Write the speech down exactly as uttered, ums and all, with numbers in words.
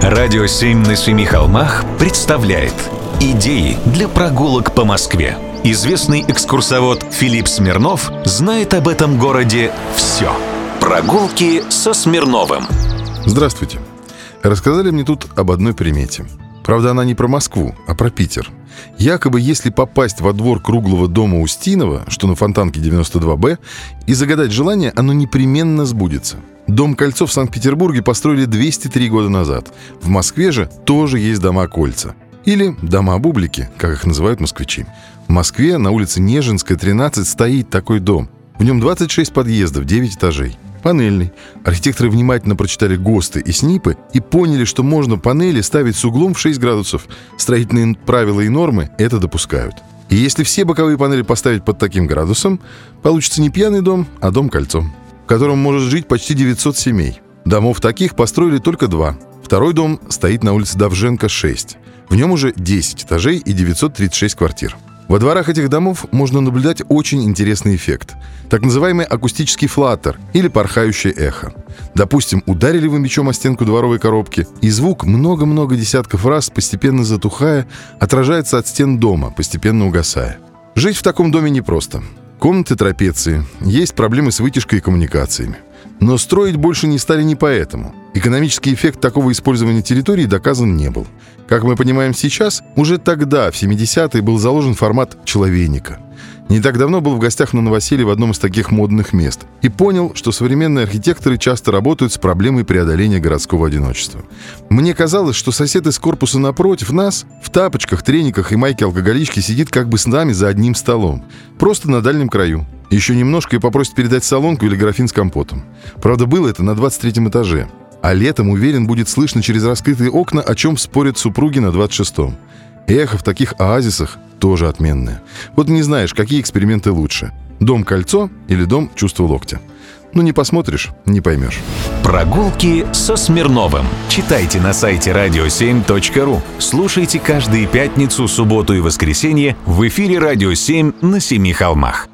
Радио семь на семи холмах представляет идеи для прогулок по Москве. Известный экскурсовод Филипп Смирнов знает об этом городе все. Прогулки со Смирновым. Здравствуйте. Рассказали мне тут об одной примете. Правда, она не про Москву, а про Питер. Якобы, если попасть во двор круглого дома Устинова, что на Фонтанке девяносто два Б, и загадать желание, оно непременно сбудется. Дом Кольцо в Санкт-Петербурге построили двести три года назад. В Москве же тоже есть дома-кольца. Или дома-бублики, как их называют москвичи. В Москве на улице Нежинская, тринадцать, стоит такой дом. В нем двадцать шесть подъездов, девять этажей. Панельный. Архитекторы внимательно прочитали ГОСТы и СНИПы и поняли, что можно панели ставить с углом в шесть градусов. Строительные правила и нормы это допускают. И если все боковые панели поставить под таким градусом, получится не пьяный дом, а дом-кольцо, в котором может жить почти девятьсот семей. Домов таких построили только два. Второй дом стоит на улице Довженко, шесть. В нем уже десять этажей и девятьсот тридцать шесть квартир. Во дворах этих домов можно наблюдать очень интересный эффект. Так называемый акустический флаттер или порхающее эхо. Допустим, ударили вы мечом о стенку дворовой коробки, и звук много-много десятков раз, постепенно затухая, отражается от стен дома, постепенно угасая. Жить в таком доме непросто. Комнаты трапеции, есть проблемы с вытяжкой и коммуникациями. Но строить больше не стали не поэтому. Экономический эффект такого использования территории доказан не был. Как мы понимаем сейчас, уже тогда, в семидесятые, был заложен формат человейника. Не так давно был в гостях на новоселье в одном из таких модных мест и понял, что современные архитекторы часто работают с проблемой преодоления городского одиночества. Мне казалось, что сосед из корпуса напротив нас в тапочках, трениках и майке-алкоголичке сидит как бы с нами за одним столом, просто на дальнем краю. Еще немножко и попросит передать солонку или графин с компотом. Правда, было это на двадцать третьем этаже. А летом, уверен, будет слышно через раскрытые окна, о чем спорят супруги на двадцать шестом. Эхо в таких оазисах тоже отменное. Вот не знаешь, какие эксперименты лучше. Дом-кольцо или дом чувства локтя. Ну, не посмотришь, не поймешь. Прогулки со Смирновым. Читайте на сайте радио семь точка ру. Слушайте каждые пятницу, субботу и воскресенье в эфире «Радио семь» на Семи холмах.